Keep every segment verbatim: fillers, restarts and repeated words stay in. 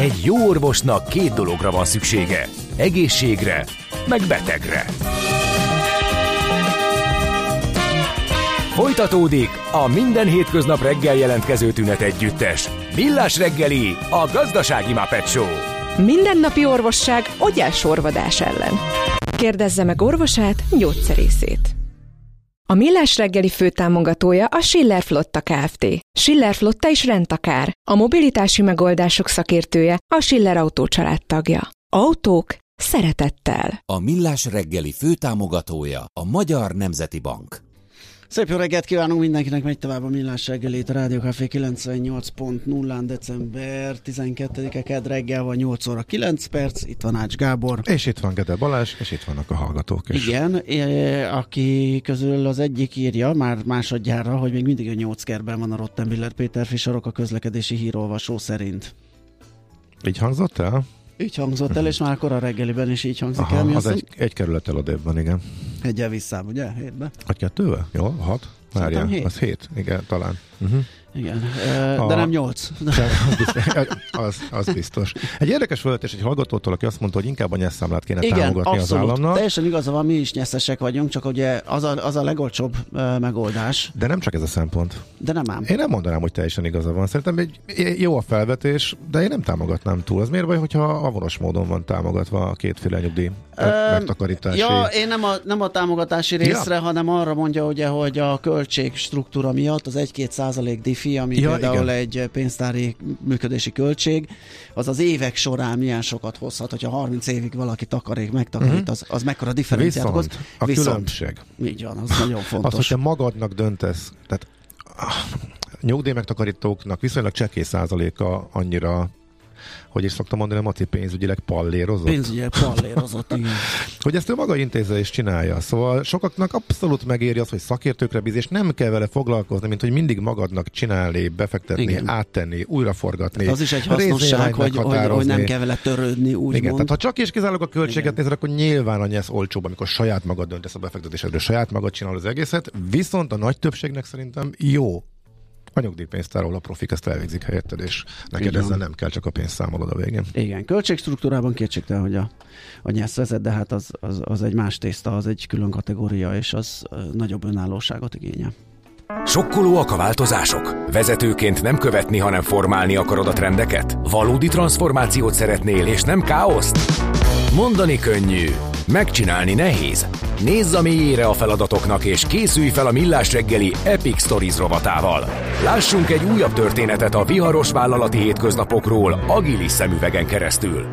Egy jó orvosnak két dologra van szüksége. Egészségre, meg betegre. Folytatódik a minden hétköznap reggel jelentkező tünet együttes. Millás reggeli, a gazdasági Muppet Show. Mindennapi orvosság ogyásorvadás ellen. Kérdezze meg orvosát, gyógyszerészét. A Millás reggeli főtámogatója a Schiller Flotta Kft. Schiller Flotta is rendtakár. A mobilitási megoldások szakértője, a Schiller Autó család tagja. Autók szeretettel. A Millás reggeli főtámogatója a Magyar Nemzeti Bank. Szép jó reggelt kívánunk mindenkinek, megy tovább a Millás reggelét a Rádió Café kilencvennyolc pont nullán, december tizenkettedike, kedd reggel van, nyolc óra kilenc perc, itt van Ács Gábor. És itt van Gede Balázs, és itt vannak a hallgatók is. Igen, aki közül az egyik írja már másodjára, hogy még mindig a nyolc kerben van a Rottenbiller Péter Fisarok a közlekedési hírolvasó szerint. Így hangzott el? Így hangzott el, és már akkor a reggeliben is így hangzik Aha, el. Mi az azt egy, egy kerülettel odébb van, igen. Egyel visszább, ugye? Hétbe? Vagy kettővel? Jó, hat? Várjál, hét. Az hét, igen, talán. Uh-huh. Igen, de a... nem nyolc. az, az biztos. Egy érdekes felvetés egy hallgatótól, aki azt mondta, hogy inkább a nyeszszámlát kéne igen, támogatni abszolút. Az államnak. Teljesen igaza van, mi is nyeszesek vagyunk, csak ugye az a, az a legolcsóbb uh, megoldás. De nem csak ez a szempont. De nem ám. Én nem mondanám, hogy teljesen igaza van. Szerintem egy jó a felvetés, de én nem támogatnám túl. Az miért baj, hogyha avonos módon van támogatva a kétféle nyugdíj uh, megtakarítási? Ja, én nem a, nem a támogatási részre, ja. hanem arra mondja, ugye, hogy a költség struktúra miatt az egy-két százalék diffi, ami ja, például igen. egy pénztári működési költség, az az évek során milyen sokat hozhat, hogyha harminc évig valaki takarék, megtakarít, uh-huh. az, az mekkora differenciát hoz. A Viszont, különbség. Így van, az nagyon fontos. Az, hogy te magadnak döntesz, tehát ah, nyugdíj megtakarítóknak viszonylag csekély százaléka annyira, hogy is szoktam mondani, a Maci pénzügyileg pallérozott. Pénzügyileg pallérozott, igen. Hogy ezt ő maga intézze és csinálja. Szóval sokaknak abszolút megéri az, hogy szakértőkre bíz, és nem kell vele foglalkozni, mint hogy mindig magadnak csinálni, befektetni, igen. áttenni, újraforgatni. Tehát az is egy hasznosság, hogy, hogy, hogy nem kell vele törődni, úgymond. Igen, tehát ha csak és kizárólag a költséget nézed, akkor nyilván a nyesz olcsóbb, amikor saját magad döntesz a befektetésedről, saját magad csinálod az egészet, viszont a nagy többségnek szerintem jó. A nyugdíjpénztár, ahol a profik ezt elvégzik helyetted, és neked ezzel nem kell, csak a pénzt számolod a végén. Igen, költségstruktúrában kétségtelen, hogy a, a nyesz vezet, de hát az, az, az egy más tészta, az egy külön kategória, és az nagyobb önállóságot igényel. Sokkolóak a változások? Vezetőként nem követni, hanem formálni akarod a trendeket? Valódi transformációt szeretnél, és nem káoszt? Mondani könnyű, megcsinálni nehéz. Nézz a mélyére a feladatoknak, és készülj fel a Millás reggeli Epic Stories rovatával. Lássunk egy újabb történetet a viharos vállalati hétköznapokról agilis szemüvegen keresztül.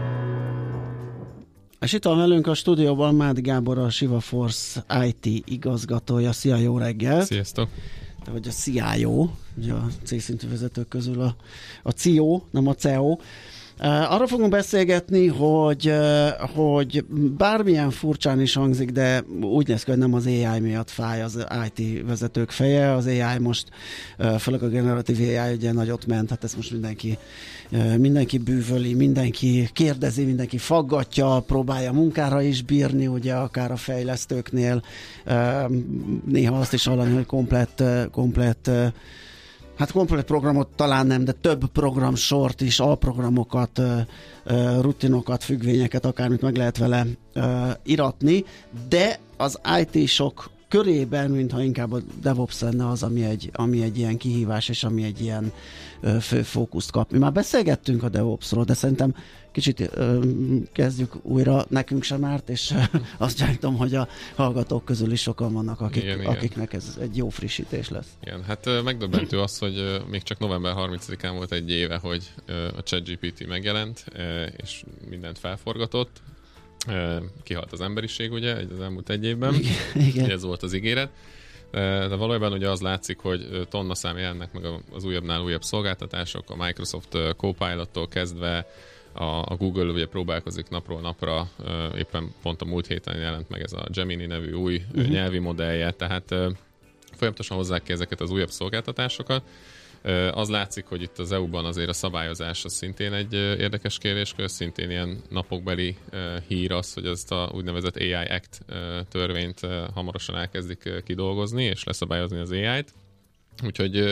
És itt van velünk a stúdióban Mádi Gábor, a Siva Force i té igazgatója. Szia, jó reggelt! Sziasztok! Te vagy a cé i o, ugye a C-szintű vezetők közül a, a cé e o, nem a cé e o. Uh, arra fogunk beszélgetni, hogy, uh, hogy bármilyen furcsán is hangzik, de úgy néz ki, hogy nem az á i miatt fáj az i té vezetők feje. Az á i most, uh, főleg a generatív á i ugye nagyot ment, hát ezt most mindenki, uh, mindenki bűvöli, mindenki kérdezi, mindenki faggatja, próbálja munkára is bírni, ugye akár a fejlesztőknél. Uh, néha azt is hallani, hogy komplett, uh, komplett uh, Hát komplet programot talán nem, de több programsort is, alprogramokat, rutinokat, függvényeket, akármit meg lehet vele iratni, de az i té-sok körében, mintha inkább a DevOps lenne az, ami egy, ami egy ilyen kihívás, és ami egy ilyen fő fókuszt kap. Mi már beszélgettünk a DevOps-ról, de szerintem kicsit ö, kezdjük újra, nekünk sem árt, és azt gyanítom, hogy a hallgatók közül is sokan vannak, akik, igen, akiknek ez egy jó frissítés lesz. Igen, hát megdöbbentő az, hogy még csak november harmincadikán volt egy éve, hogy a ChatGPT megjelent, és mindent felforgatott. Kihalt az emberiség, ugye, az elmúlt egy évben. Igen, igen. Ez volt az ígéret. De valójában ugye az látszik, hogy tonna szám jelennek meg az újabbnál újabb szolgáltatások, a Microsoft Copilot-tól kezdve a Google ugye próbálkozik napról napra, éppen pont a múlt héten jelent meg ez a Gemini nevű új uh-huh. nyelvi modellje, tehát folyamatosan hozzák ki ezeket az újabb szolgáltatásokat. Az látszik, hogy itt az é u-ban azért a szabályozás az szintén egy érdekes kérdéskör, szintén ilyen napokbeli hír az, hogy ezt a úgynevezett á i Act törvényt hamarosan elkezdik kidolgozni, és leszabályozni az á í-t. Úgyhogy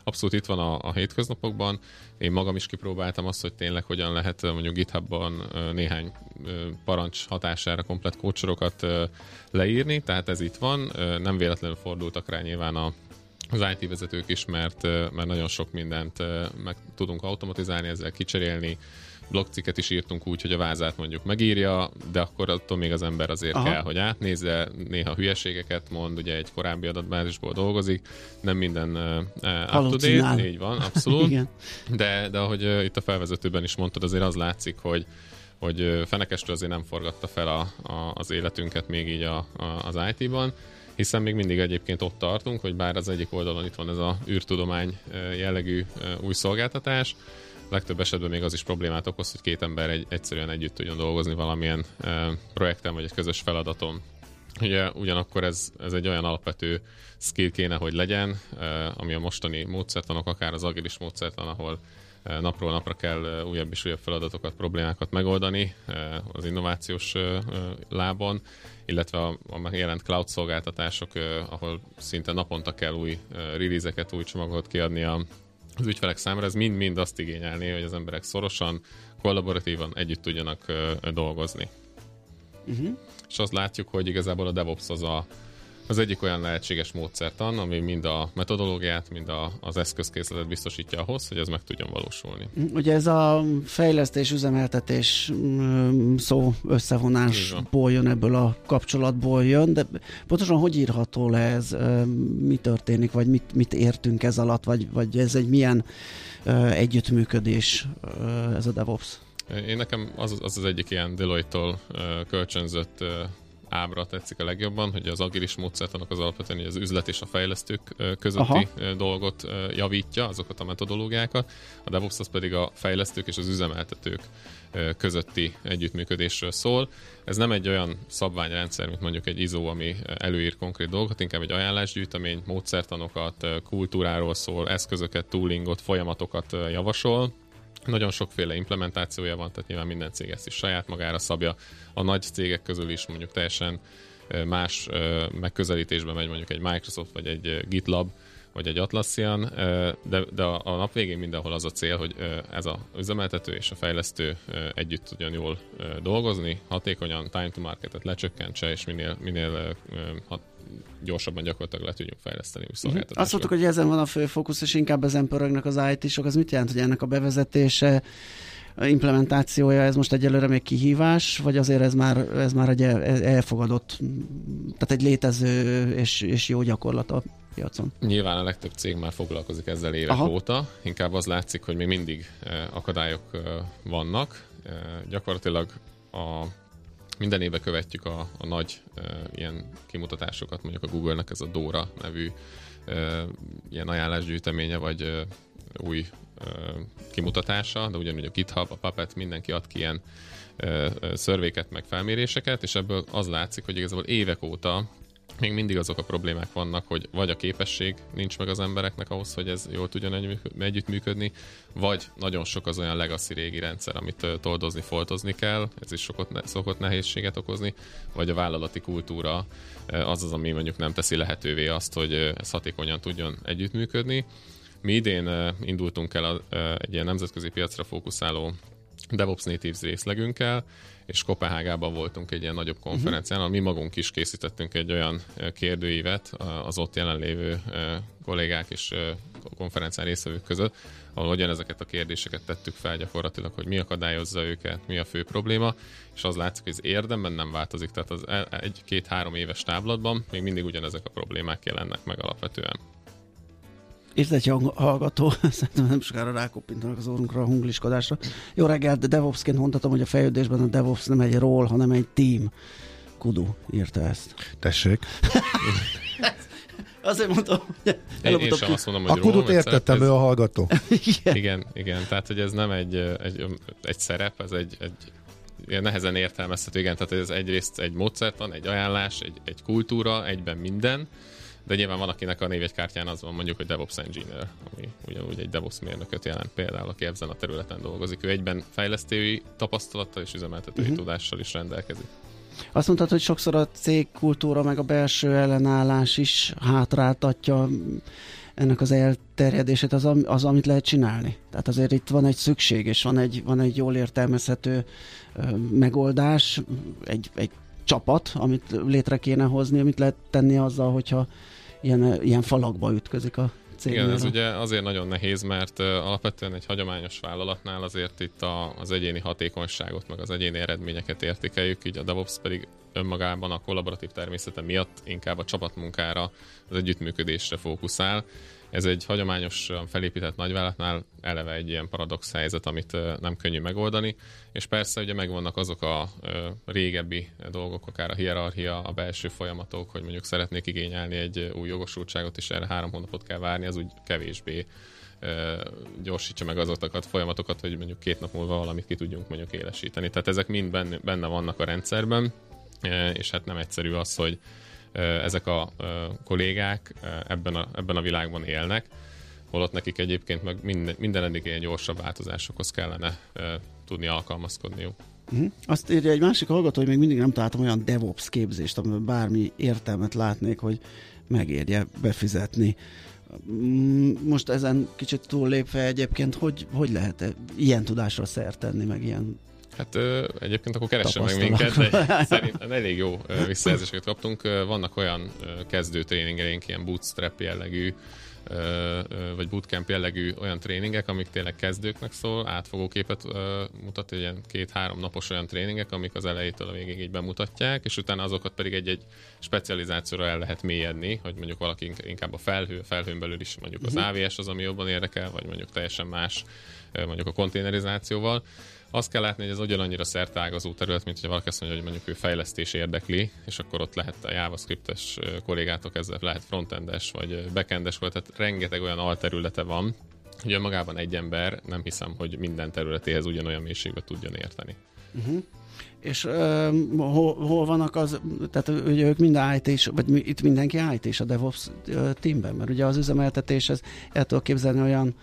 abszolút itt van a, a hétköznapokban. Én magam is kipróbáltam azt, hogy tényleg hogyan lehet mondjuk GitHubban néhány parancs hatására komplett kódsorokat leírni, tehát ez itt van. Nem véletlenül fordultak rá nyilván a az i té vezetők is, mert, mert nagyon sok mindent meg tudunk automatizálni, ezzel kicserélni. Blogcikket is írtunk úgy, hogy a vázát mondjuk megírja, de akkor attól még az ember azért Aha. kell, hogy átnézze, néha hülyeségeket mond, ugye egy korábbi adatbázisból dolgozik, nem minden uh, up-to-date, így van, abszolút. de, de ahogy uh, itt a felvezetőben is mondtad, azért az látszik, hogy hogy uh, fenekestől azért nem forgatta fel a, a, az életünket még így a, a, az i té-ban, hiszen még mindig egyébként ott tartunk, hogy bár az egyik oldalon itt van ez a űrtudomány jellegű új szolgáltatás, legtöbb esetben még az is problémát okoz, hogy két ember egy, egyszerűen együtt tudjon dolgozni valamilyen projekten vagy egy közös feladaton. Ugye ugyanakkor ez, ez egy olyan alapvető skill kéne, hogy legyen, ami a mostani módszertanok, akár az agilis módszertan, ahol napról napra kell újabb és újabb feladatokat, problémákat megoldani az innovációs lábon, illetve a, a jelent cloud szolgáltatások, ahol szinte naponta kell új release-eket, új csomagokat kiadni az ügyfelek számára. Ez mind-mind azt igényelné, hogy az emberek szorosan, kollaboratívan együtt tudjanak dolgozni. Uh-huh. És azt látjuk, hogy igazából a DevOps az a az egyik olyan lehetséges módszertan, ami mind a metodológiát, mind a, az eszközkészletet biztosítja ahhoz, hogy ez meg tudjon valósulni. Ugye ez a fejlesztés, üzemeltetés szó összevonásból jön, ebből a kapcsolatból jön, de pontosan hogy írható le ez, mi történik, vagy mit, mit értünk ez alatt, vagy, vagy ez egy milyen együttműködés ez a DevOps? Én nekem az az, az egyik ilyen Deloitte-tól kölcsönzött ábra tetszik a legjobban, hogy az agilis módszertanok az alapvetően az üzlet és a fejlesztők közötti Aha. dolgot javítja, azokat a metodológiákat, a DevOps az pedig a fejlesztők és az üzemeltetők közötti együttműködésről szól. Ez nem egy olyan szabványrendszer, mint mondjuk egy i es o, ami előír konkrét dolgokat, inkább egy ajánlásgyűjtemény, módszertanokat, kultúráról szól, eszközöket, toolingot, folyamatokat javasol. Nagyon sokféle implementációja van, tehát nyilván minden cég ezt is saját magára szabja. A nagy cégek közül is mondjuk teljesen más megközelítésben megy mondjuk egy Microsoft, vagy egy GitLab, vagy egy Atlassian, de, de a, a nap végén mindenhol az a cél, hogy ez az üzemeltető és a fejlesztő együtt tudjon jól dolgozni, hatékonyan time to marketet lecsökkentse, és minél, minél hat, gyorsabban gyakorlatilag le tudjunk fejleszteni új szolgáltatásokat. Azt mondtuk, hogy ezen van a fő fókusz, és inkább ezen pörögnek az i té-sok. Az mit jelent, hogy ennek a bevezetése, implementációja, ez most egyelőre még kihívás, vagy azért ez már, ez már egy elfogadott, tehát egy létező és, és jó gyakorlat a piacon? Nyilván a legtöbb cég már foglalkozik ezzel évek Aha. óta, inkább az látszik, hogy még mindig akadályok vannak. Gyakorlatilag a minden évben követjük a, a nagy e, ilyen kimutatásokat, mondjuk a Google-nek ez a Dora nevű e, ilyen ajánlásgyűjteménye, vagy e, új e, kimutatása, de ugyanúgy a GitHub, a Puppet, mindenki ad ki ilyen e, e, szörvéket, meg felméréseket, és ebből az látszik, hogy igazából évek óta még mindig azok a problémák vannak, hogy vagy a képesség nincs meg az embereknek ahhoz, hogy ez jól tudjon együttműködni, vagy nagyon sok az olyan legacy régi rendszer, amit toldozni, foltozni kell, ez is szokott, szokott nehézséget okozni, vagy a vállalati kultúra az az, ami mondjuk nem teszi lehetővé azt, hogy ez hatékonyan tudjon együttműködni. Mi idén indultunk el egy ilyen nemzetközi piacra fókuszáló DevOps Natives részlegünkkel, és Kopenhágában voltunk egy ilyen nagyobb konferencián, ahol mi magunk is készítettünk egy olyan kérdőívet az ott jelenlévő kollégák és konferencián résztvevők között, ahol ugyanezeket a kérdéseket tettük fel gyakorlatilag, hogy mi akadályozza őket, mi a fő probléma, és az látszik, hogy az érdemben nem változik, tehát az egy-két-három éves táblatban még mindig ugyanezek a problémák jelennek meg alapvetően. Írt egy hallgató, szerintem nem sokára rákoppintanak az orrunkra a hungliskodásra. Jó reggelt, de DevOpsként mondhatom, hogy a fejlődésben a DevOps nem egy role, hanem egy team. Kudu írta ezt. Tessék. Azért mondtam, hogy én, én sem azt mondom, hogy a Kudut értettem, ő a hallgató. igen. igen, igen, tehát hogy ez nem egy, egy, egy szerep, ez egy, egy ilyen nehezen értelmezhető, igen, tehát ez egyrészt egy módszertan, egy ajánlás, egy, egy kultúra, egyben minden, de nyilván van, akinek a névjegykártyán az van mondjuk, hogy DevOps Engineer, ami ugyanúgy egy DevOps mérnököt jelent például, aki ezen a területen dolgozik. Ő egyben fejlesztői tapasztalattal és üzemeltetői uh-huh. tudással is rendelkezik. Azt mondtad, hogy sokszor a cégkultúra meg a belső ellenállás is hátráltatja ennek az elterjedését az, az, amit lehet csinálni. Tehát azért itt van egy szükség, és van egy, van egy jól értelmezhető ö, megoldás, egy, egy csapat, amit létre kéne hozni, amit lehet tenni azzal, hogyha ilyen, ilyen falakba ütközik a cégnél. Igen, ez ugye azért nagyon nehéz, mert uh, alapvetően egy hagyományos vállalatnál azért itt a, az egyéni hatékonyságot, meg az egyéni eredményeket értékeljük, így a DevOps pedig önmagában a kollaboratív természete miatt inkább a csapatmunkára, az együttműködésre fókuszál. Ez egy hagyományosan felépített nagyvállalatnál eleve egy ilyen paradox helyzet, amit uh, nem könnyű megoldani, és persze ugye megvannak azok a uh, régebbi dolgok, akár a hierarchia, a belső folyamatok, hogy mondjuk szeretnék igényelni egy új jogosultságot, és erre három hónapot kell várni, az úgy kevésbé uh, gyorsítsa meg azokat a folyamatokat, hogy mondjuk két nap múlva valamit ki tudjunk mondjuk élesíteni. Tehát ezek mind benne, benne vannak a rendszerben, uh, és hát nem egyszerű az, hogy ezek a kollégák ebben a, ebben a világban élnek, holott nekik egyébként meg minden, minden eddig ilyen gyorsabb változásokhoz kellene tudni alkalmazkodniuk. Uh-huh. Azt írja egy másik hallgató, hogy még mindig nem találtam olyan DevOps képzést, amiben bármi értelmet látnék, hogy megérje befizetni. Most ezen kicsit túllépve egyébként, hogy, hogy lehet ilyen tudásra szert tenni, meg ilyen Hát ö, egyébként akkor keressen meg minket, de szerintem elég jó ö, visszajelzéseket kaptunk. Vannak olyan ö, kezdő tréningeink, ilyen bootstrap jellegű, ö, ö, vagy bootcamp jellegű olyan tréningek, amik tényleg kezdőknek szól, átfogó képet ö, mutat, ilyen két-három napos olyan tréningek, amik az elejétől a végig így bemutatják, és utána azokat pedig egy-egy specializációra el lehet mélyedni, hogy mondjuk valaki inkább a felhő, felhőn belül is mondjuk az á vé es az, ami jobban érdekel, vagy mondjuk teljesen más, mondjuk a konténerizációval. Azt kell látni, hogy ez ugyanannyira szerteágazó terület, mint hogy valaki azt mondja, hogy mondjuk ő fejlesztés érdekli, és akkor ott lehet a JavaScript-es kollégátok, ezzel lehet frontendes vagy backendes, tehát rengeteg olyan alterülete van, hogy magában egy ember nem hiszem, hogy minden területéhez ugyanolyan mélységbe tudjon érteni. Uh-huh. És uh, hol, hol vannak az, tehát ugye ők mind í té-s, vagy itt mindenki í té-s a DevOps uh, teamben, mert ugye az üzemeltetéshez el tudok képzelni olyan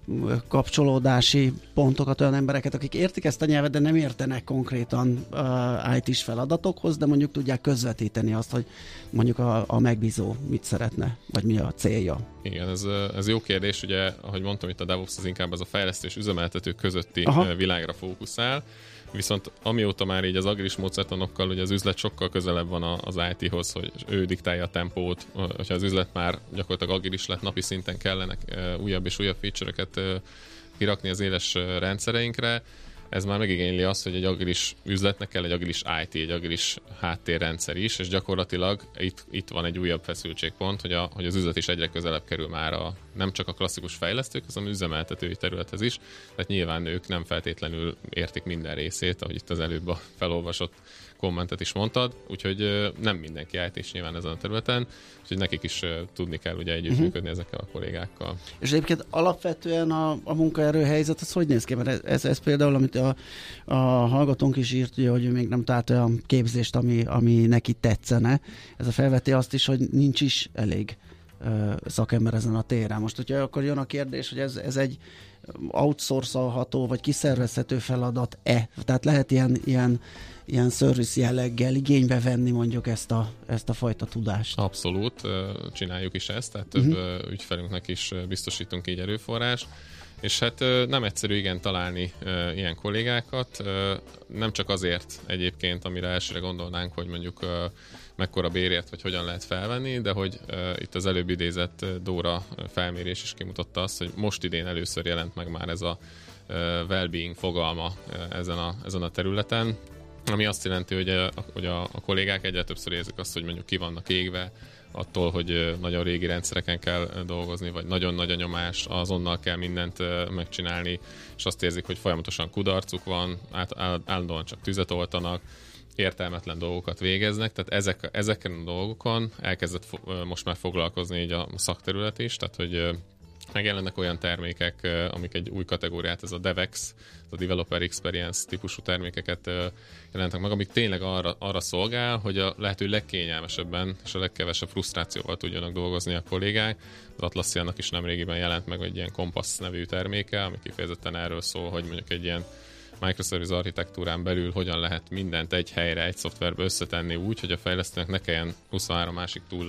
kapcsolódási pontokat, olyan embereket, akik értik ezt a nyelvet, de nem értenek konkrétan uh, í té-s feladatokhoz, de mondjuk tudják közvetíteni azt, hogy mondjuk a, a megbízó mit szeretne, vagy mi a célja. Igen, ez, ez jó kérdés, ugye, ahogy mondtam, itt a DevOps az inkább az a fejlesztés üzemeltetők közötti Aha. világra fókuszál, viszont amióta már így az agilis módszertanokkal ugye az üzlet sokkal közelebb van az í té-hoz, hogy ő diktálja a tempót, hogyha az üzlet már gyakorlatilag agilis lett, napi szinten kellene újabb és újabb feature-öket kirakni az éles rendszereinkre, ez már megigényli azt, hogy egy agilis üzletnek kell egy agilis í té, egy agilis háttérrendszer is, és gyakorlatilag itt, itt van egy újabb feszültségpont, hogy, a, hogy az üzlet is egyre közelebb kerül már a, nem csak a klasszikus fejlesztők, hanem üzemeltetői területhez is, tehát nyilván ők nem feltétlenül értik minden részét, ahogy itt az előbb a felolvasott kommentet is mondtad, úgyhogy nem mindenki í té-s nyilván ezen a területen, úgyhogy nekik is tudni kell ugye együttműködni uh-huh. ezekkel a kollégákkal. És egyébként alapvetően a, a munkaerő helyzet az hogy néz ki? Mert ez, ez például, amit a, a hallgatónk is írt, ugye, hogy még nem talált olyan képzést, ami, ami neki tetszene. Ez a felveti azt is, hogy nincs is elég uh, szakember ezen a téren. Most, hogyha akkor jön a kérdés, hogy ez, ez egy outsourcolható, vagy kiszervezhető feladat-e? Tehát lehet ilyen, ilyen ilyen service jelleggel igénybe venni mondjuk ezt a, ezt a fajta tudást. Abszolút, csináljuk is ezt, tehát több uh-huh. ügyfelünknek is biztosítunk így erőforrás, és hát nem egyszerű igen találni ilyen kollégákat, nem csak azért egyébként, amire elsőre gondolnánk, hogy mondjuk mekkora bérért, vagy hogyan lehet felvenni, de hogy itt az előbb idézett Dóra felmérés is kimutatta azt, hogy most idén először jelent meg már ez a well-being fogalma ezen a, ezen a területen, ami azt jelenti, hogy a, hogy a, a kollégák egyre többször érzik azt, hogy mondjuk ki vannak égve attól, hogy nagyon régi rendszereken kell dolgozni, vagy nagyon nagy a nyomás, azonnal kell mindent megcsinálni, és azt érzik, hogy folyamatosan kudarcuk van, állandóan csak tüzet oltanak, értelmetlen dolgokat végeznek, tehát ezek, ezeken a dolgokon elkezdett fo- most már foglalkozni így a szakterület is, tehát hogy megjelennek olyan termékek, amik egy új kategóriát, ez a DevEx, a Developer Experience típusú termékeket jelentek meg, amik tényleg arra, arra szolgál, hogy a lehető legkényelmesebben és a legkevesebb frusztrációval tudjanak dolgozni a kollégák. Az Atlassiannak is nemrégiben jelent meg egy ilyen Compass nevű terméke, ami kifejezetten erről szól, hogy mondjuk egy ilyen microservice architektúrán belül hogyan lehet mindent egy helyre, egy szoftverbe összetenni úgy, hogy a fejlesztőnek ne kelljen huszonhárom másik túllal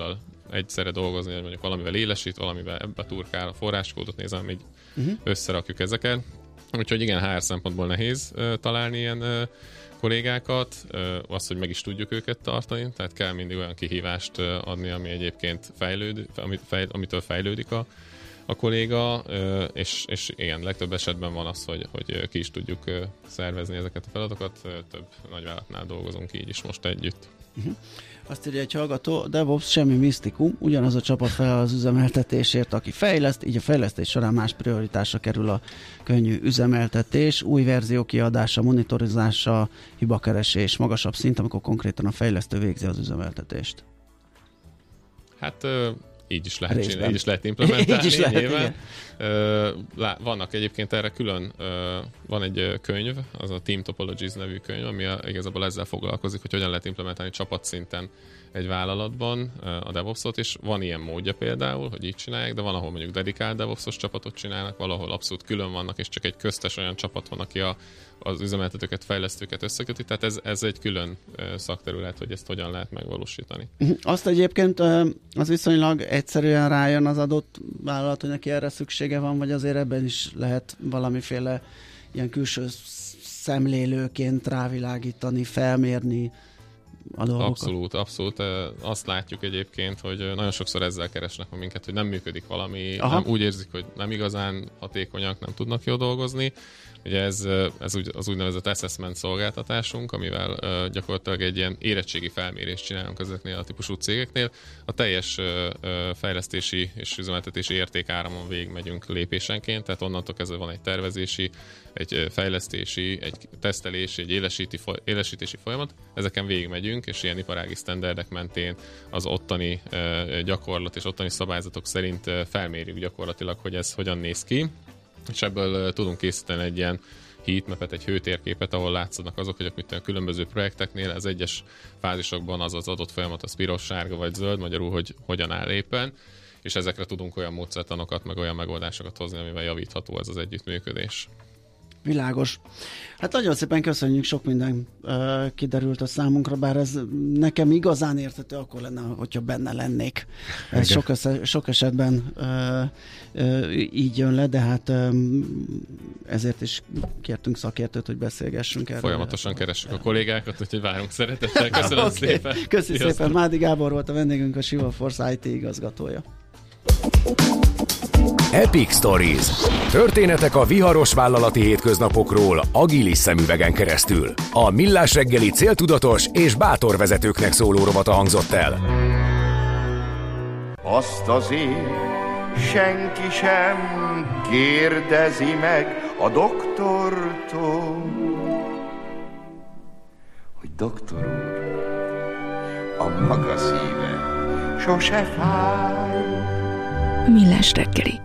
egyszerre dolgozni, hogy mondjuk valamivel élesít, valamivel ebbe turkál, a forráskódot nézem, így uh-huh. összerakjuk ezeket. Úgyhogy igen, há er szempontból nehéz uh, találni ilyen uh, kollégákat, uh, azt, hogy meg is tudjuk őket tartani, tehát kell mindig olyan kihívást uh, adni, ami egyébként fejlőd, amit fej, amitől fejlődik a, a kolléga, uh, és, és igen, legtöbb esetben van az, hogy, hogy ki is tudjuk uh, szervezni ezeket a feladatokat, uh, több nagyvállalatnál dolgozunk így is most együtt. Uh-huh. Azt írja egy hallgató, DevOps semmi misztikum, ugyanaz a csapat felel az üzemeltetésért, aki fejleszt, így a fejlesztés során más prioritásra kerül a könnyű üzemeltetés, új verzió kiadása, monitorizása, hibakeresés, magasabb szint, amikor konkrétan a fejlesztő végzi az üzemeltetést. Hát így is lehet, csinálni, így is lehet implementálni. Így is lehet, igen. Vannak egyébként erre külön, van egy könyv, az a Team Topologies nevű könyv, ami igazából ezzel foglalkozik, hogy hogyan lehet implementálni csapatszinten egy vállalatban a DevOps-ot, és van ilyen módja például, hogy így csinálják, de van, ahol mondjuk dedikált DevOps-os csapatot csinálnak, valahol abszolút külön vannak, és csak egy köztes olyan csapat van, aki a, az üzemeltetőket, fejlesztőket összeköti, tehát ez, ez egy külön szakterület, hogy ezt hogyan lehet megvalósítani. Azt egyébként az viszonylag egyszerűen rájön az adott vállalat, hogy neki erre szüksége van, vagy azért ebben is lehet valamiféle ilyen külső szemlélőként rávilágítani, felmérni a dolgokat? Abszolút, abszolút. Azt látjuk egyébként, hogy nagyon sokszor ezzel keresnek minket, hogy nem működik valami, nem, úgy érzik, hogy nem igazán hatékonyak, nem tudnak jól dolgozni. Ugye ez, ez úgy, az úgynevezett assessment szolgáltatásunk, amivel uh, gyakorlatilag egy ilyen érettségi felmérést csinálunk ezeknél a típusú cégeknél. A teljes uh, fejlesztési és üzemeltetési értékáramon végigmegyünk lépésenként, tehát onnantól kezdve van egy tervezési, egy fejlesztési, egy tesztelési, egy élesíti, élesítési folyamat. Ezeken végigmegyünk, és ilyen iparági sztenderdek mentén az ottani uh, gyakorlat és ottani szabályzatok szerint uh, felmérjük gyakorlatilag, hogy ez hogyan néz ki. És ebből uh, tudunk készíteni egy ilyen heatmapet, egy hőtérképet, ahol látszanak azok, hogy a különböző projekteknél az egyes fázisokban az az adott folyamat, az piros, sárga vagy zöld, magyarul, hogy hogyan áll éppen, és ezekre tudunk olyan módszertanokat, meg olyan megoldásokat hozni, amivel javítható ez az együttműködés. Világos. Hát nagyon szépen köszönjük, sok minden uh, kiderült a számunkra, bár ez nekem igazán érthető akkor lenne, hogyha benne lennék. Ez sok, esze, sok esetben uh, uh, így jön le, de hát um, ezért is kértünk szakértőt, hogy beszélgessünk erről. Folyamatosan keressük a kollégákat, úgyhogy várunk szeretettel. Köszönöm okay. szépen. Köszönjük szépen. Mádi Gábor volt a vendégünk, a Siva Force i té igazgatója. Epic Stories. Történetek a viharos vállalati hétköznapokról agilis szemüvegen keresztül. A Millás reggeli céltudatos és bátor vezetőknek szóló rovata hangzott el. Azt azért senki sem kérdezi meg a doktortól, hogy doktor úr, a maga szíve sose fáj. Millás reggeli.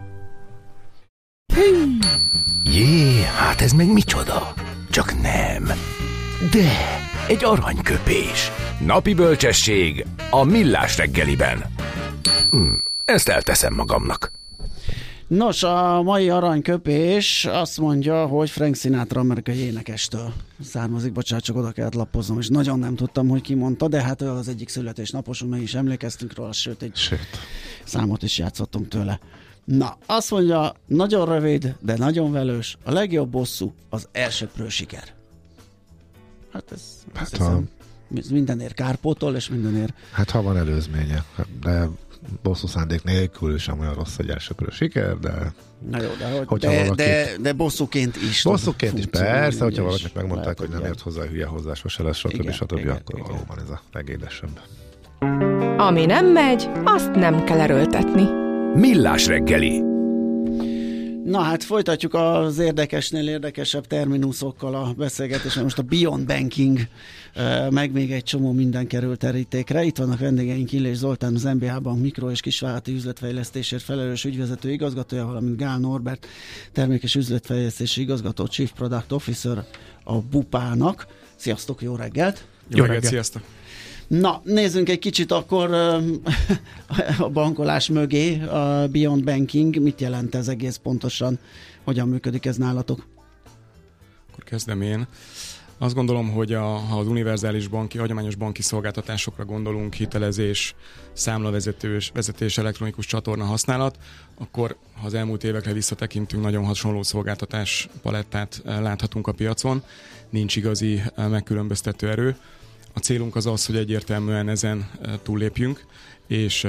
Jé, hát ez meg micsoda? Csak nem. De, egy aranyköpés. Napi bölcsesség a Millás reggeliben. Hm, ezt elteszem magamnak. Nos, a mai aranyköpés azt mondja, hogy Frank Sinatra amerikai énekestől származik. Bocsánat, csak oda kellett lapoznom, és nagyon nem tudtam, hogy ki mondta, de hát ő az egyik születésnaposunk, meg is emlékeztünk róla, sőt egy sőt. számot is játszottunk tőle. Na, azt mondja, nagyon rövid, de nagyon velős, a legjobb bosszú az elsöprő siker. Hát ez hát hiszem, mindenért kárpótol, és mindenért... Hát ha van előzménye, de bosszú szándék nélkül sem olyan rossz egy elsöprő siker, de... Na jó, de, hogy de, valakit... de, de bosszúként is. Bosszúként is, persze, hogyha valakinek megmondták, hogy nem ért hozzá, hülye hozzá, sose lesz, stb. Igen, stb. Igen, akkor igen. Valóban ez a legédesebb. Ami nem megy, azt nem kell erőltetni. Millás reggeli. Na hát folytatjuk az érdekesnél érdekesebb terminuszokkal a beszélgetést, most a Beyond Banking, meg még egy csomó minden került terítékre. Itt vannak vendégeink, Illés Zoltán, az em bé há Bank mikro- és kisvállalati üzletfejlesztésért felelős ügyvezető igazgatója, valamint Gál Norbert, termék- és üzletfejlesztési igazgató, Chief Product Officer a Bupának. Sziasztok, jó reggelt! Jó, jó reggelt, sziasztok! Na, nézzünk egy kicsit akkor a bankolás mögé, a Beyond Banking. Mit jelent ez egész pontosan? Hogyan működik ez nálatok? Akkor kezdem én. Azt gondolom, hogy a, ha az univerzális banki, hagyományos banki szolgáltatásokra gondolunk, hitelezés, számlavezetés, vezetés, elektronikus csatorna használat, akkor ha az elmúlt évekre visszatekintünk, nagyon hasonló szolgáltatás palettát láthatunk a piacon, nincs igazi megkülönböztető erő. A célunk az az, hogy egyértelműen ezen túllépjünk, és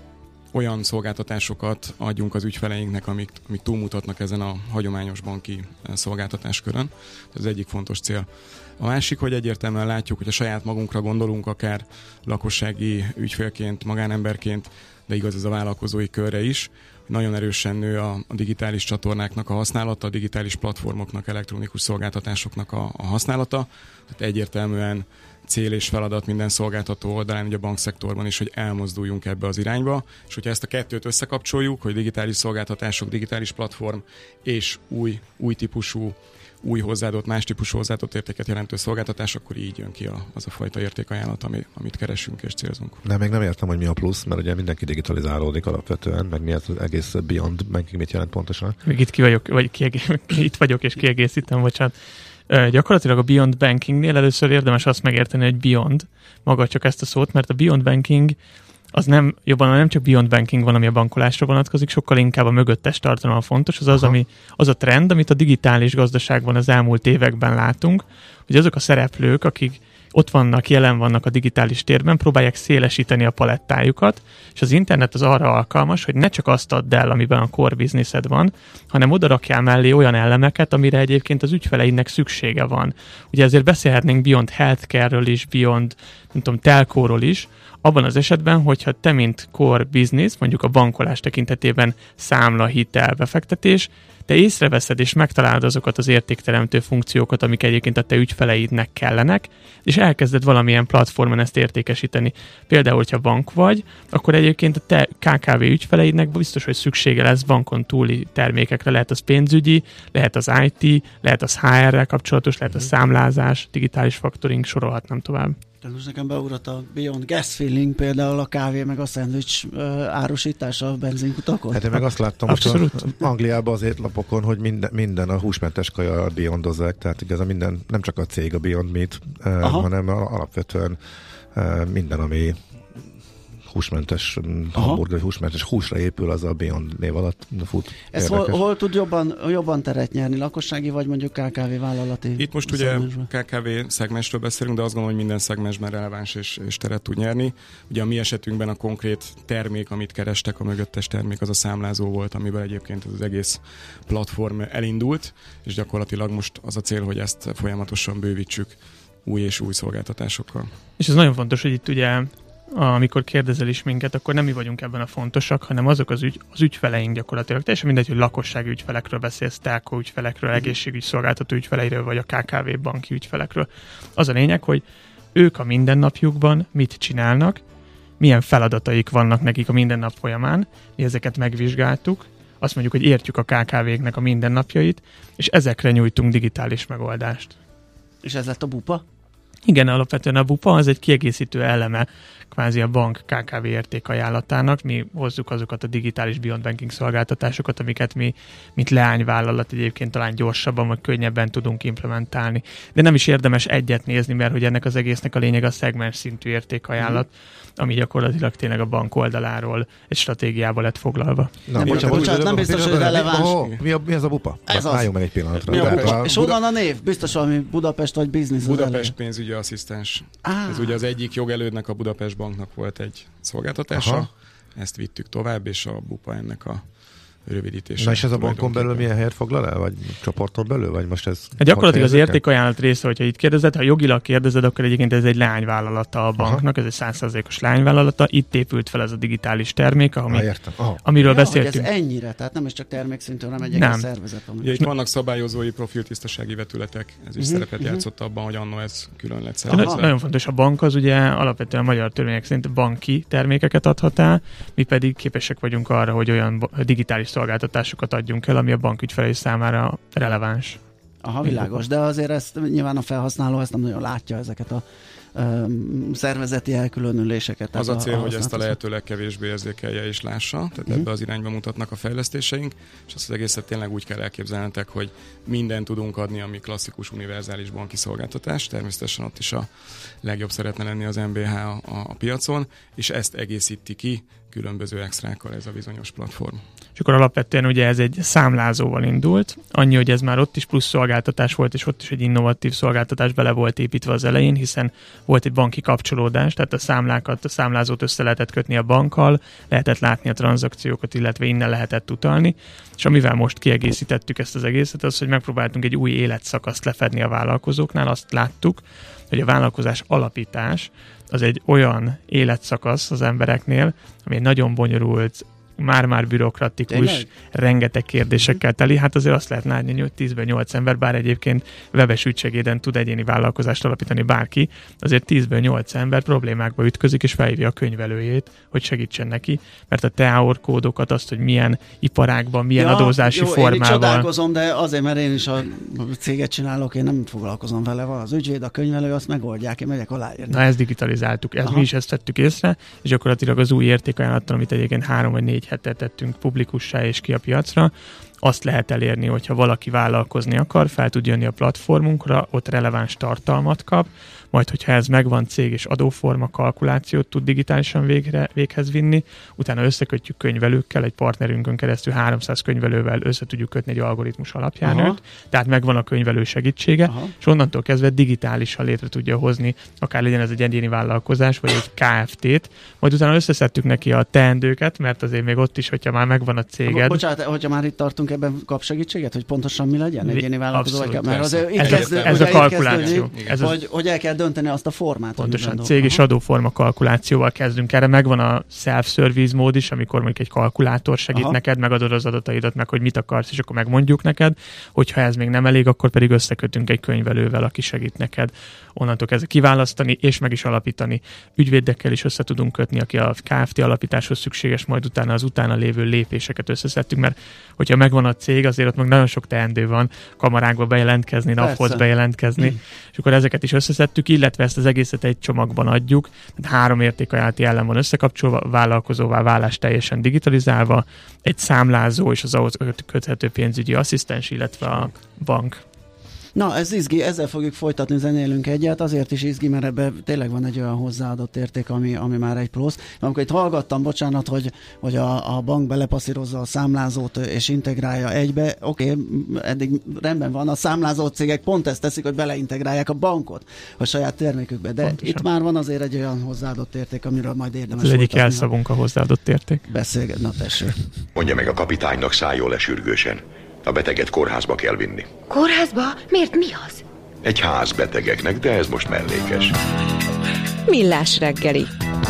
olyan szolgáltatásokat adjunk az ügyfeleinknek, amik, amik túlmutatnak ezen a hagyományos banki szolgáltatáskörön. Ez az egyik fontos cél. A másik, hogy egyértelműen látjuk, hogy a saját magunkra gondolunk, akár lakossági ügyfélként, magánemberként, de igaz ez a vállalkozói körre is. Nagyon erősen nő a, a digitális csatornáknak a használata, a digitális platformoknak, elektronikus szolgáltatásoknak a, a használata. Tehát egyértelműen cél és feladat minden szolgáltató oldalán, ugye a bankszektorban is, hogy elmozduljunk ebbe az irányba, és hogyha ezt a kettőt összekapcsoljuk, hogy digitális szolgáltatások, digitális platform és új, új típusú, új hozzáadott, más típusú hozzáadott értéket jelentő szolgáltatás, akkor így jön ki a, az a fajta értékajánlat, ami, amit keresünk és célzunk. De még nem értem, hogy mi a plusz, mert ugye mindenki digitalizálódik alapvetően, meg mi az egész Beyond Banking mit jelent pontosan? Még itt ki vagyok, vagy kiegé- itt vagyok és kiegészítem, bocsánat. Uh, gyakorlatilag a Beyond Bankingnél először érdemes azt megérteni, hogy Beyond, maga csak ezt a szót, mert a Beyond Banking az nem, jobban nem csak Beyond Banking van, ami a bankolásra vonatkozik, sokkal inkább a mögöttes tartalom fontos, az az, ami, az a trend, amit a digitális gazdaságban az elmúlt években látunk, hogy azok a szereplők, akik ott vannak, jelen vannak a digitális térben, próbálják szélesíteni a palettájukat, és az internet az arra alkalmas, hogy ne csak azt add el, amiben a core businessed van, hanem oda rakjál mellé olyan elemeket, amire egyébként az ügyfeleidnek szüksége van. Ugye ezért beszélhetnénk Beyond Healthcare-ről is, Beyond, nem tudom, telkóról is, abban az esetben, hogyha te, mint core business, mondjuk a bankolás tekintetében számla, hitel, befektetés, te észreveszed és megtalálod azokat az értékteremtő funkciókat, amik egyébként a te ügyfeleidnek kellenek, és elkezded valamilyen platformon ezt értékesíteni. Például, hogyha bank vagy, akkor egyébként a te ká ká vé ügyfeleidnek biztos, hogy szüksége lesz bankon túli termékekre. Lehet az pénzügyi, lehet az i té, lehet az há er-rel kapcsolatos, lehet a számlázás, digitális faktoring, sorolhatnám tovább. Most nekem beugrott a Beyond Gas Filling, például a kávé meg a szendvics uh, árusítása a benzinkutakon. Hát én meg azt láttam most Angliában az étlapokon, hogy minden, minden a húsmentes kaja Beyondozzák, tehát igaz, minden, nem csak a cég a Beyond Meat, uh, hanem alapvetően uh, minden, ami húsmentes, hamburger, húsmentes húsra épül, az a Beyond név alatt fut. Ez hol, hol tud jobban, jobban teret nyerni? Lakossági vagy mondjuk ká ká vé vállalati? Itt most ugye ká ká vé szegmensről beszélünk, de azt gondolom, hogy minden szegmensben releváns és, és teret tud nyerni. Ugye a mi esetünkben a konkrét termék, amit kerestek, a mögöttes termék, az a számlázó volt, amivel egyébként az egész platform elindult, és gyakorlatilag most az a cél, hogy ezt folyamatosan bővítsük új és új szolgáltatásokkal. És ez nagyon fontos, hogy itt ugye amikor kérdezel is minket, akkor nem mi vagyunk ebben a fontosak, hanem azok az, ügy, az ügyfeleink gyakorlatilag. Teljesen mindegy, hogy lakossági ügyfelekről beszélsz, telkó ügyfelekről, egészségügy szolgáltató ügyfeleiről, vagy a ká ká vé banki ügyfelekről. Az a lényeg, hogy ők a mindennapjukban mit csinálnak, milyen feladataik vannak nekik a mindennap folyamán, mi ezeket megvizsgáltuk, azt mondjuk, hogy értjük a ká ká véknek a mindennapjait, és ezekre nyújtunk digitális megoldást. És ez lett a bupa? Igen, alapvetően a bupa az egy kiegészítő eleme kvázi a bank ká ká vé értékajánlatának. Mi hozzuk azokat a digitális Beyond Banking szolgáltatásokat, amiket mi, mint leányvállalat egyébként talán gyorsabban vagy könnyebben tudunk implementálni. De nem is érdemes egyet nézni, mert hogy ennek az egésznek a lényeg a szegmens szintű értékajánlat, ami gyakorlatilag tényleg a bank oldaláról egy stratégiába lett foglalva. Na, bocsánat, bocsánat, nem biztos, hogy releváns. Mi, mi ez a bupa? Ez az. Álljunk meg egy pillanatra. Mi a bupa? És honnan a név? Biztos valami Budapest vagy biznisz. Budapest pénzügyi asszisztens. Ah. Ez ugye az egyik jogelődnek, a Budapest Banknak volt egy szolgáltatása. Aha. Ezt vittük tovább, és a bupa ennek a rövidítése. Na és ez a bankon belül milyen helyet foglal el? Vagy csoporton belül? Vagy most ez hát gyakorlatilag az értékajánlat része, hogyha itt kérdezed, ha jogilag kérdezed, akkor egyébként ez egy leányvállalata a banknak, aha, ez egy száz százalékos leányvállalata. Itt épült fel ez a digitális termék, ami, ah, amiről ja, beszéltünk. Ez ennyire, tehát nem is csak termékszintű, hanem egy egész szervezet. Ugye itt vannak szabályozói profiltisztasági vetületek, ez is uh-huh, szerepet uh-huh. játszott abban, hogy annó ez külön lett szervezve. Nagyon fontos, a bank az ugye alapvetően magyar törvények szerint banki termékeket adhat el, mi pedig képesek vagyunk arra, hogy olyan digitális szolgáltatásokat adjunk el, ami a bankügyfelei számára releváns. Aha, világos, de azért ezt nyilván a felhasználó ezt nem nagyon látja, ezeket a um, szervezeti elkülönüléseket. Az a cél, a, hogy ezt a lehető legkevésbé érzékelje és lássa, tehát uh-huh. ebbe az irányba mutatnak a fejlesztéseink, és azt az egészet tényleg úgy kell elképzelnetek, hogy mindent tudunk adni, ami klasszikus univerzális banki szolgáltatás, természetesen ott is a legjobb szeretne lenni az em bé há a, a piacon, és ezt egészíti ki különböző extrákkal ez a bizonyos platform. És akkor alapvetően ugye ez egy számlázóval indult, annyi, hogy ez már ott is plusz szolgáltatás volt, és ott is egy innovatív szolgáltatás bele volt építve az elején, hiszen volt egy banki kapcsolódás, tehát a számlákat, a számlázót össze lehetett kötni a bankkal, lehetett látni a tranzakciókat, illetve innen lehetett utalni, és amivel most kiegészítettük ezt az egészet, az, hogy megpróbáltunk egy új életszakaszt lefedni a vállalkozóknál, azt láttuk, hogy a vállalkozás alapítás az egy olyan életszakasz az embereknél, ami egy nagyon bonyolult, már-már bürokratikus, Tényleg? rengeteg kérdésekkel teli. Hát azért azt lehet látni, hogy tízből nyolc ember, bár egyébként webes ügysegéden tud egyéni vállalkozást alapítani bárki, azért tízből nyolc ember problémákba ütközik, és felhívja a könyvelőjét, hogy segítsen neki, mert a té á o kódokat, azt, hogy milyen iparágban, milyen ja, adózási jó, formával. Én csodálkozom, de azért, mert én is a céget csinálok, én nem foglalkozom vele, van az ügyvéd, a könyvelő, azt megoldják, én megyek aláírni. Na, ezt digitalizáltuk, ezt mi is ezt tettük észre, és gyakorlatilag az új értékajánlattal, amit egyébként három vagy négy hete tettünk publikussá és ki a piacra, azt lehet elérni, hogyha valaki vállalkozni akar, fel tud jönni a platformunkra, ott releváns tartalmat kap, majd hogyha ez megvan, cég és adóforma kalkulációt tud digitálisan végre, véghez vinni, utána összekötjük könyvelőkkel, egy partnerünkön keresztül háromszáz könyvelővel össze tudjuk kötni egy algoritmus alapján őt, tehát megvan a könyvelő segítsége, Aha. és onnantól kezdve digitálisan létre tudja hozni, akár legyen ez egy egyéni vállalkozás, vagy egy ká ef té-t, majd utána összeszedtük neki a teendőket, mert azért még ott is, hogyha már megvan a céged. Bocsánat, hogyha már itt tartunk, ebben kap segítséget, hogy pontosan mi legyen egyéni vállalkozó, Abszolút, mert azért itt ez, kezdő, ez a kalkuláció. Ez az... hogy, hogy el kell dönteni azt a formát. Pontosan, cég és adóforma kalkulációval kezdünk. Erre megvan a self-service mód is, amikor mondjuk egy kalkulátor segít Aha. neked, megadod az adataidat, meg hogy mit akarsz, és akkor megmondjuk neked, hogyha ez még nem elég, akkor pedig összekötünk egy könyvelővel, aki segít neked onnantól kezdve kiválasztani, és meg is alapítani. Ügyvédekkel is össze tudunk kötni, aki a ká ef té alapításhoz szükséges, majd utána az utána lévő lépéseket összeszedtük, mert hogyha megvan a cég, azért ott meg nagyon sok teendő van, kamarákba bejelentkezni, naphoz bejelentkezni, mm. és akkor ezeket is összeszedtük, illetve ezt az egészet egy csomagban adjuk. Tehát három értékajánlati ellen van összekapcsolva, vállalkozóvá válás teljesen digitalizálva, egy számlázó és az ahhoz köthető pénzügyi asszisztens, illetve a bank. Na, ez izgi, ezzel fogjuk folytatni, zenélünk egyet, azért is izgi, mert ebben tényleg van egy olyan hozzáadott érték, ami, ami már egy plusz. Amikor itt hallgattam, bocsánat, hogy, hogy a, a bank belepasszírozza a számlázót és integrálja egybe, oké, okay, eddig rendben van, a számlázó cégek pont ezt teszik, hogy beleintegrálják a bankot a saját termékükbe, de Pontosan. Itt már van azért egy olyan hozzáadott érték, amiről majd érdemes Ez egyik elszavunk a hozzáadott érték. Beszélget, na tessék. Mondja meg a kapitánynak, szálljon le sürgősen. A beteget kórházba kell vinni. Kórházba? Miért, mi az? Egy ház betegeknek, de ez most mellékes. Millás reggeli.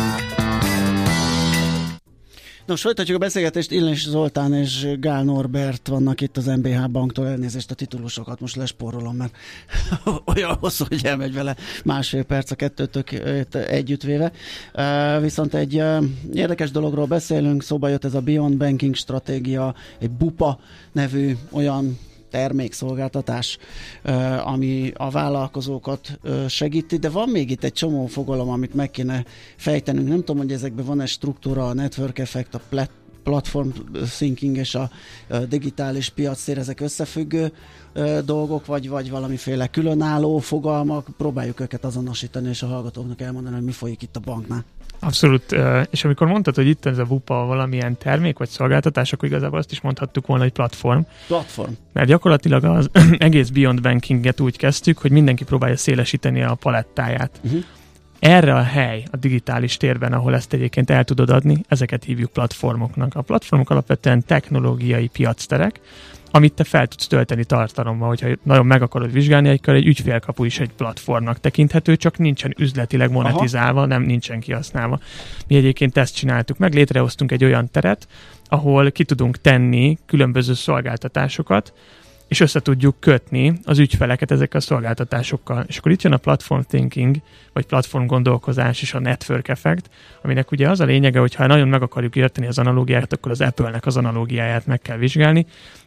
Nos, folytatjuk a beszélgetést, Illés Zoltán és Gál Norbert vannak itt az em bé há banktól, elnézést a titulusokat most lesporolom, mert olyan hosszú, hogy elmegy vele másfél perc a kettőtök együttvéve. Uh, viszont egy uh, érdekes dologról beszélünk, szóba jött ez a Beyond Banking stratégia, egy bupa nevű olyan termékszolgáltatás, ami a vállalkozókat segíti, de van még itt egy csomó fogalom, amit meg kéne fejtenünk. Nem tudom, hogy ezekben van-e struktúra, a network effect, a plat- platform thinking és a digitális piactér, ezek összefüggő dolgok, vagy, vagy valamiféle különálló fogalmak. Próbáljuk őket azonosítani, és a hallgatóknak elmondani, hogy mi folyik itt a banknál. Abszolút, és amikor mondtad, hogy itt ez a bupa valamilyen termék vagy szolgáltatás, akkor igazából azt is mondhattuk volna, hogy platform. Platform. Mert gyakorlatilag az egész Beyond Bankinget úgy kezdtük, hogy mindenki próbálja szélesíteni a palettáját. Uh-huh. Erre a hely a digitális térben, ahol ezt egyébként el tudod adni, ezeket hívjuk platformoknak. A platformok alapvetően technológiai piacterek, amit te fel tudsz tölteni tartalommal, hogyha nagyon meg akarod vizsgálni, akkor egy ügyfélkapu is egy platformnak tekinthető, csak nincsen üzletileg monetizálva, Aha. nem nincsen kihasználva. Mi egyébként ezt csináltuk meg, létrehoztunk egy olyan teret, ahol ki tudunk tenni különböző szolgáltatásokat, és össze tudjuk kötni az ügyfeleket ezekkel a szolgáltatásokkal. És akkor itt jön a platform thinking, vagy platform gondolkozás és a network effect, aminek ugye az a lényege, hogy ha nagyon meg akarjuk érteni az analógiát, akkor az Apple-nek az analógiáját meg kell vizsgálni.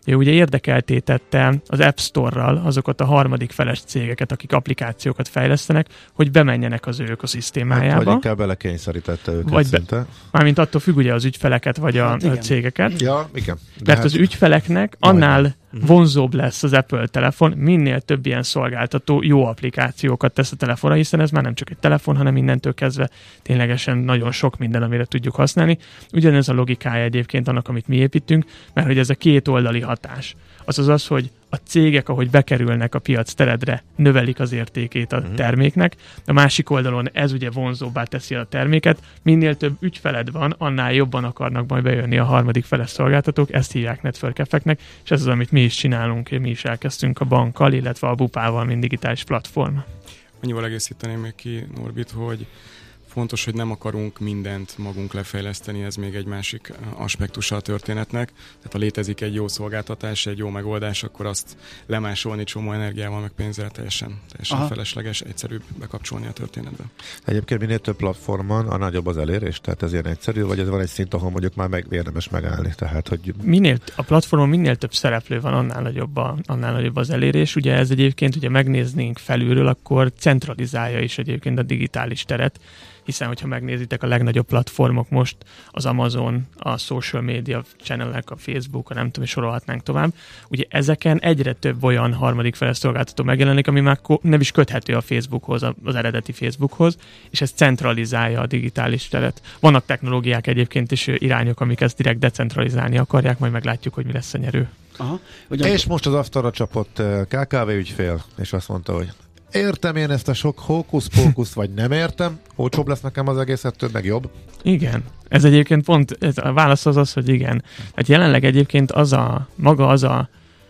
Ő ugye érdekelté tette az App Store-ral azokat a harmadik feles cégeket, akik applikációkat fejlesztenek, hogy bemenjenek az ő ökoszisztémájába. Hát, vagy inkább belekényszerítette őket vagy szinte. Be, mármint attól függ ugye az ügyfeleket, vagy a, hát, a cégeket. Ja, igen. De Mert hát... az ügyfeleknek annál vonzóbb lesz az Apple telefon, minél több ilyen szolgáltató jó applikációkat tesz a telefonra, hiszen ez már nem csak egy telefon, hanem mindentől kezdve ténylegesen nagyon sok minden, amire tudjuk használni. Ugyanez a logikája egyébként annak, amit mi építünk, mert hogy ez a két oldali hatás. Az az az, hogy a cégek, ahogy bekerülnek a piac teredre, növelik az értékét a uh-huh. terméknek, a másik oldalon ez ugye vonzóbbá teszi a terméket, minél több ügyfeled van, annál jobban akarnak majd bejönni a harmadik feles szolgáltatók, ezt hívják network effektnek, és ez az, amit mi is csinálunk, mi is elkezdtünk a bankkal, illetve a bupával, mint digitális platform. Annyival egészíteném még ki, Norbit, hogy fontos, hogy nem akarunk mindent magunk lefejleszteni, ez még egy másik aspektusa a történetnek. Tehát ha létezik egy jó szolgáltatás, egy jó megoldás, akkor azt lemásolni csomó energiával, meg pénzzel teljesen, teljesen felesleges, egyszerűbb bekapcsolni a történetbe. Egyébként minél több platformon, a nagyobb az elérés, tehát ez ilyen egyszerű, vagy ez van egy szint, ahol mondjuk már meg érdemes megállni. Tehát, hogy... Minél, a platformon minél több szereplő van, annál nagyobb, a, annál nagyobb az elérés. Ugye ez egyébként, ugye megnéznénk felülről, akkor centralizálja is egyébként a digitális teret, hiszen, hogyha megnézitek a legnagyobb platformok most, az Amazon, a social media channelek, a Facebook, a nem tudom, sorolhatnánk tovább, ugye ezeken egyre több olyan harmadik feles szolgáltató megjelenik, ami már nem is köthető a Facebookhoz, az eredeti Facebookhoz, és ez centralizálja a digitális teret. Vannak technológiák egyébként is, irányok, amik ezt direkt decentralizálni akarják, majd meglátjuk, hogy mi lesz a nyerő. Aha, ugyan... És most az asztalra csapott ká ká vé ügyfél, és azt mondta, hogy értem én ezt a sok hókusz-pókuszt, vagy nem értem? Olcsóbb lesz nekem az egész, ettől meg jobb? Igen. Ez egyébként pont, ez a válasz az az, hogy igen. Hát jelenleg egyébként az a, maga az a,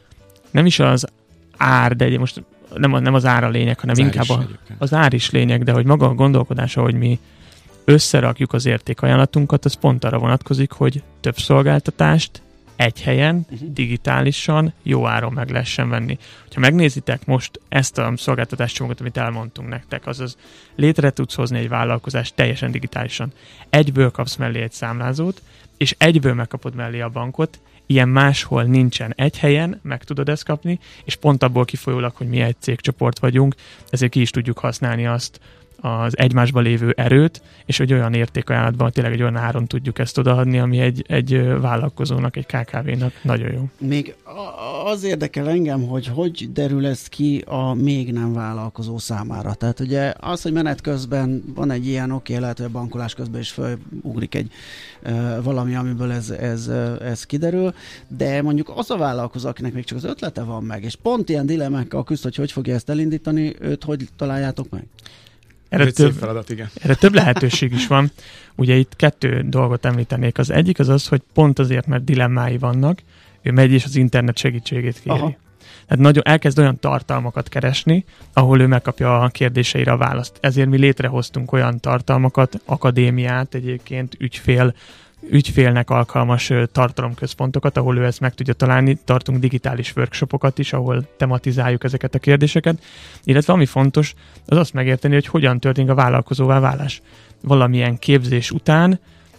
nem is az ár, de egy, most nem, a, nem az ár a lényeg, hanem az inkább a, az ár is lényeg, de hogy maga a gondolkodása, hogy mi összerakjuk az értékajánlatunkat, az pont arra vonatkozik, hogy több szolgáltatást egy helyen, uh-huh. digitálisan, jó áron meg lehessen venni. Ha megnézitek most ezt a szolgáltatás csomagot, amit elmondtunk nektek, azaz létre tudsz hozni egy vállalkozást teljesen digitálisan. Egyből kapsz mellé egy számlázót, és egyből megkapod mellé a bankot, ilyen máshol nincsen. Egy helyen meg tudod ezt kapni, és pont abból kifolyólag, hogy mi egy cégcsoport vagyunk, ezért ki is tudjuk használni azt, az egymásban lévő erőt, és hogy olyan értékajánlatban tényleg egy olyan áron tudjuk ezt odaadni, ami egy, egy vállalkozónak, egy ká ká vénak nagyon jó. Még az érdekel engem, hogy hogy derül ez ki a még nem vállalkozó számára. Tehát ugye az, hogy menet közben van egy ilyen, oké, lehet, hogy a bankolás közben is felugrik egy uh, valami, amiből ez, ez, uh, ez kiderül, de mondjuk az a vállalkozó, akinek még csak az ötlete van meg, és pont ilyen dilemmákkal küzd, hogy hogy fogja ezt elindítani, őt hogy találjátok meg? Erre több, feladat, igen. erre több lehetőség is van. Ugye itt kettő dolgot említenék. Az egyik az az, hogy pont azért, mert dilemmái vannak, ő megy és az internet segítségét kéri. Aha. Tehát nagyon elkezd olyan tartalmakat keresni, ahol ő megkapja a kérdéseire a választ. Ezért mi létrehoztunk olyan tartalmakat, akadémiát egyébként, ügyfél, ügyfélnek alkalmas tartalomközpontokat, ahol ő ezt meg tudja találni. Tartunk digitális workshopokat is, ahol tematizáljuk ezeket a kérdéseket. Illetve ami fontos, az azt megérteni, hogy hogyan történik a vállalkozóvá válás. Valamilyen képzés után,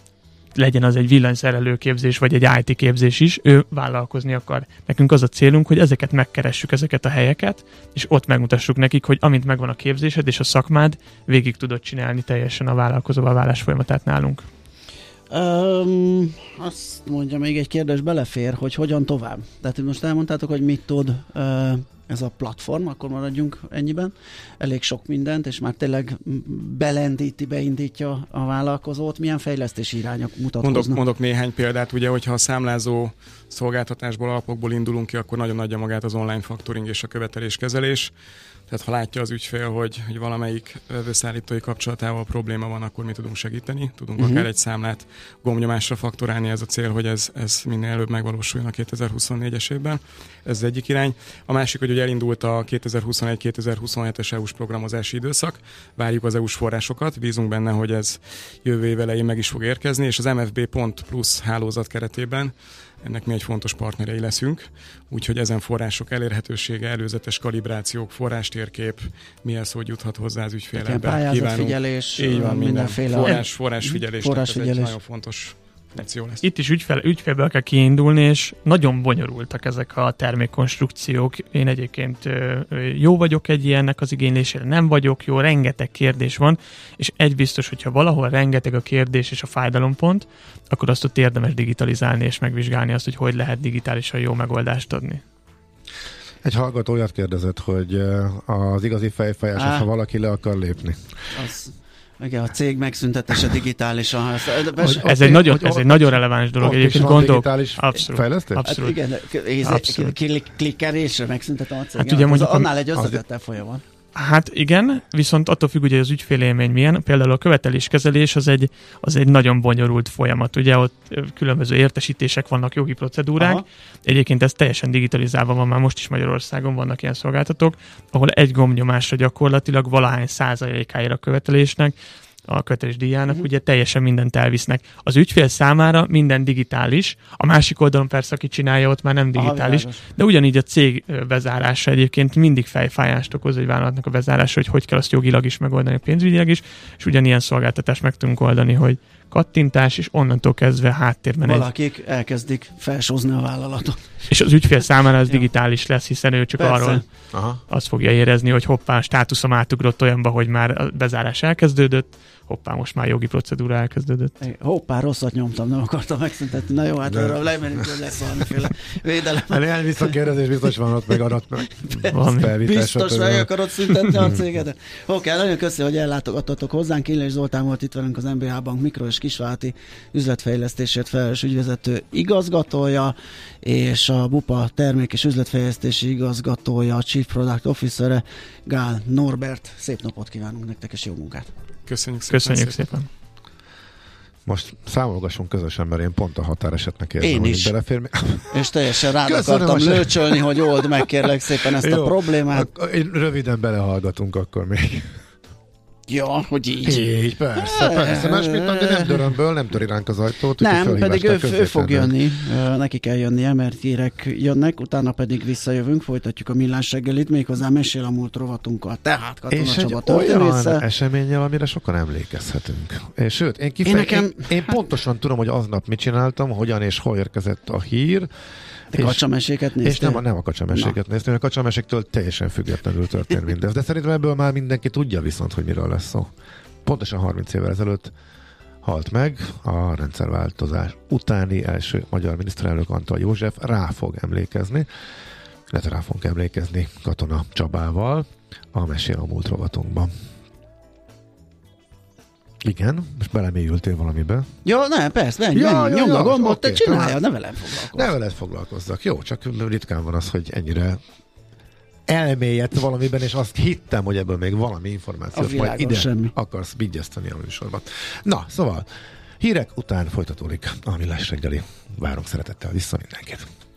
legyen az egy villanyszerelő képzés, vagy egy i té képzés is, ő vállalkozni akar. Nekünk az a célunk, hogy ezeket megkeressük, ezeket a helyeket, és ott megmutassuk nekik, hogy amint megvan a képzésed és a szakmád, végig tudod csinálni teljesen a vállalkozóvá válás folyamatát nálunk. Um, azt mondja, még egy kérdés belefér, hogy hogyan tovább. Tehát most elmondtátok, hogy mit tud uh, ez a platform, akkor maradjunk ennyiben. Elég sok mindent, és már tényleg belendíti, beindítja a vállalkozót. Milyen fejlesztési irányok mutatkoznak? Mondok, mondok néhány példát, ugye, hogyha a számlázó szolgáltatásból, alapokból indulunk ki, akkor nagyon adja magát az online faktoring és a követeléskezelés. Tehát ha látja az ügyfél, hogy, hogy valamelyik vevőszállítói kapcsolatával probléma van, akkor mi tudunk segíteni. Tudunk uh-huh. akár egy számlát gombnyomásra faktorálni, ez a cél, hogy ez, ez minél előbb megvalósuljon a kétezer-huszonnégyes évben. Ez az egyik irány. A másik, hogy ugye elindult a kétezer-huszonegy kétezer-huszonhetes é u-s programozási időszak. Várjuk az é u-s forrásokat, bízunk benne, hogy ez jövő év elején meg is fog érkezni, és az em ef bé pont plusz hálózat keretében ennek mi egy fontos partnerei leszünk, úgyhogy ezen források elérhetősége, előzetes kalibrációk, forrástérkép, mihez hogy juthat hozzá az ügyfél ebbe. Pályázatfigyelés, így van, mindenféle forrás, forrásfigyelés, forrásfigyelés. Ez egy nagyon fontos Ez jó lesz. Itt is ügyfél, ügyfélből kell kiindulni, és nagyon bonyolultak ezek a termékkonstrukciók. Én egyébként jó vagyok egy ilyennek az igénylésére, nem vagyok jó, rengeteg kérdés van, és egy biztos, hogyha valahol rengeteg a kérdés és a fájdalompont, akkor azt ott érdemes digitalizálni és megvizsgálni azt, hogy hogy lehet digitálisan jó megoldást adni. Egy hallgató olyat kérdezett, hogy az igazi fejfájás, ha valaki le akar lépni. Az... Igen, a cég megszüntetése digitálisan. Ez, ez, egy, nagyon, ez egy nagyon releváns dolog. Egyébként gondol... digitális abszolút, fejlesztés? Abszolút. Hát igen, abszolút. Klikkerésre megszüntetem a céget. Hát ugye mondjuk, annál egy összetettel folyamat. Hát igen, viszont attól függ, hogy az ügyfélélmény milyen. Például a követeléskezelés az egy, az egy nagyon bonyolult folyamat. Ugye ott különböző értesítések vannak, jogi procedúrák. Aha. Egyébként ez teljesen digitalizálva van, már most is Magyarországon vannak ilyen szolgáltatók, ahol egy gombnyomásra gyakorlatilag valahány százalékáért a követelésnek, a követelés díjának, uh-huh. ugye teljesen mindent elvisznek. Az ügyfél számára minden digitális, a másik oldalon persze, aki csinálja, ott már nem digitális, aha, de ugyanígy a cég bezárása egyébként mindig fejfájást okoz egy vállalatnak a bezárása, hogy hogy kell azt jogilag is megoldani, pénzügyileg is, és ugyanilyen szolgáltatást meg tudunk oldani, hogy kattintás, és onnantól kezdve háttérben valakik egy... elkezdik felsózni a vállalatot. És az ügyfél számára ez digitális lesz, hiszen ő csak persze. arról aha. azt fogja érezni, hogy hoppá, státuszom átugrott olyanba, hogy már a bezárás elkezdődött, hoppá, most már jogi procedúra elkezdődött. Hoppá, rosszat nyomtam, nem akartam megszüntetni. Na jó, hát arra lemenünk, hogy lesz valamiféle védelem. Elvisz a kérdezés, biztos van ott, meg adat meg. Biztos meg akarod szüntetni a cégedet. Oké, okay, nagyon köszi, hogy ellátogattatok hozzánk. Illés Zoltán volt itt velünk, az em bé há Bank mikro- és kisvállalati üzletfejlesztésért felelős ügyvezető igazgatója, és a BUPA termék- és üzletfejlesztési igazgatója, a Chief Product Officer-e, Gál Norbert. Szép napot kívánunk nektek, és jó munkát! Köszönjük szépen. Köszönjük szépen. szépen. Most számolgassunk közösen, mert én pont a határesetnek érzem, én is. Belefér. És teljesen rád akartam lőcsölni, hogy old meg kérlek szépen ezt jó, a problémát. Ak- röviden belehallgatunk akkor még. Ja, hogy így. Így, persze, persze. Másképp de nem dörömből, nem tör ránk az ajtót. Nem, pedig ő, ő fog jönni. Neki kell jönnie, mert hírek jönnek, utána pedig visszajövünk, folytatjuk a Millás reggelit, méghozzá mesél a múlt rovatunkkal. Tehát Katona és Csaba egy történésze. olyan eseménnyel, amire sokan emlékezhetünk. És sőt, én, kifej... én, nekem... én, én pontosan tudom, hogy aznap mit csináltam, hogyan és hol érkezett a hír. És, kacsameséket néztél? És nem a, nem a kacsameséket néztél, a kacsameséktől teljesen függetlenül történt mindez. De szerintem ebből már mindenki tudja viszont, hogy miről lesz szó. Pontosan harminc évvel ezelőtt halt meg a rendszerváltozás utáni első magyar miniszterelnök Antal József. Rá fog emlékezni, illetve rá fogunk emlékezni Katona Csabával a Mesél a múlt rovatunkban. Igen, most belemélyültél valamibe. Jó, nem, persze, menj, ja, menj, ja, nyomd ja, a gombot, okay, te csinálja, ne velem foglalkozz. Ne veled foglalkozzak. Jó, csak ritkán van az, hogy ennyire elmélyedt valamiben, és azt hittem, hogy ebből még valami információt majd ide semmi. Akarsz vigyeszteni a műsorban. Na, szóval, hírek után folytatódik a Millás reggeli. Várunk szeretettel vissza mindenkit.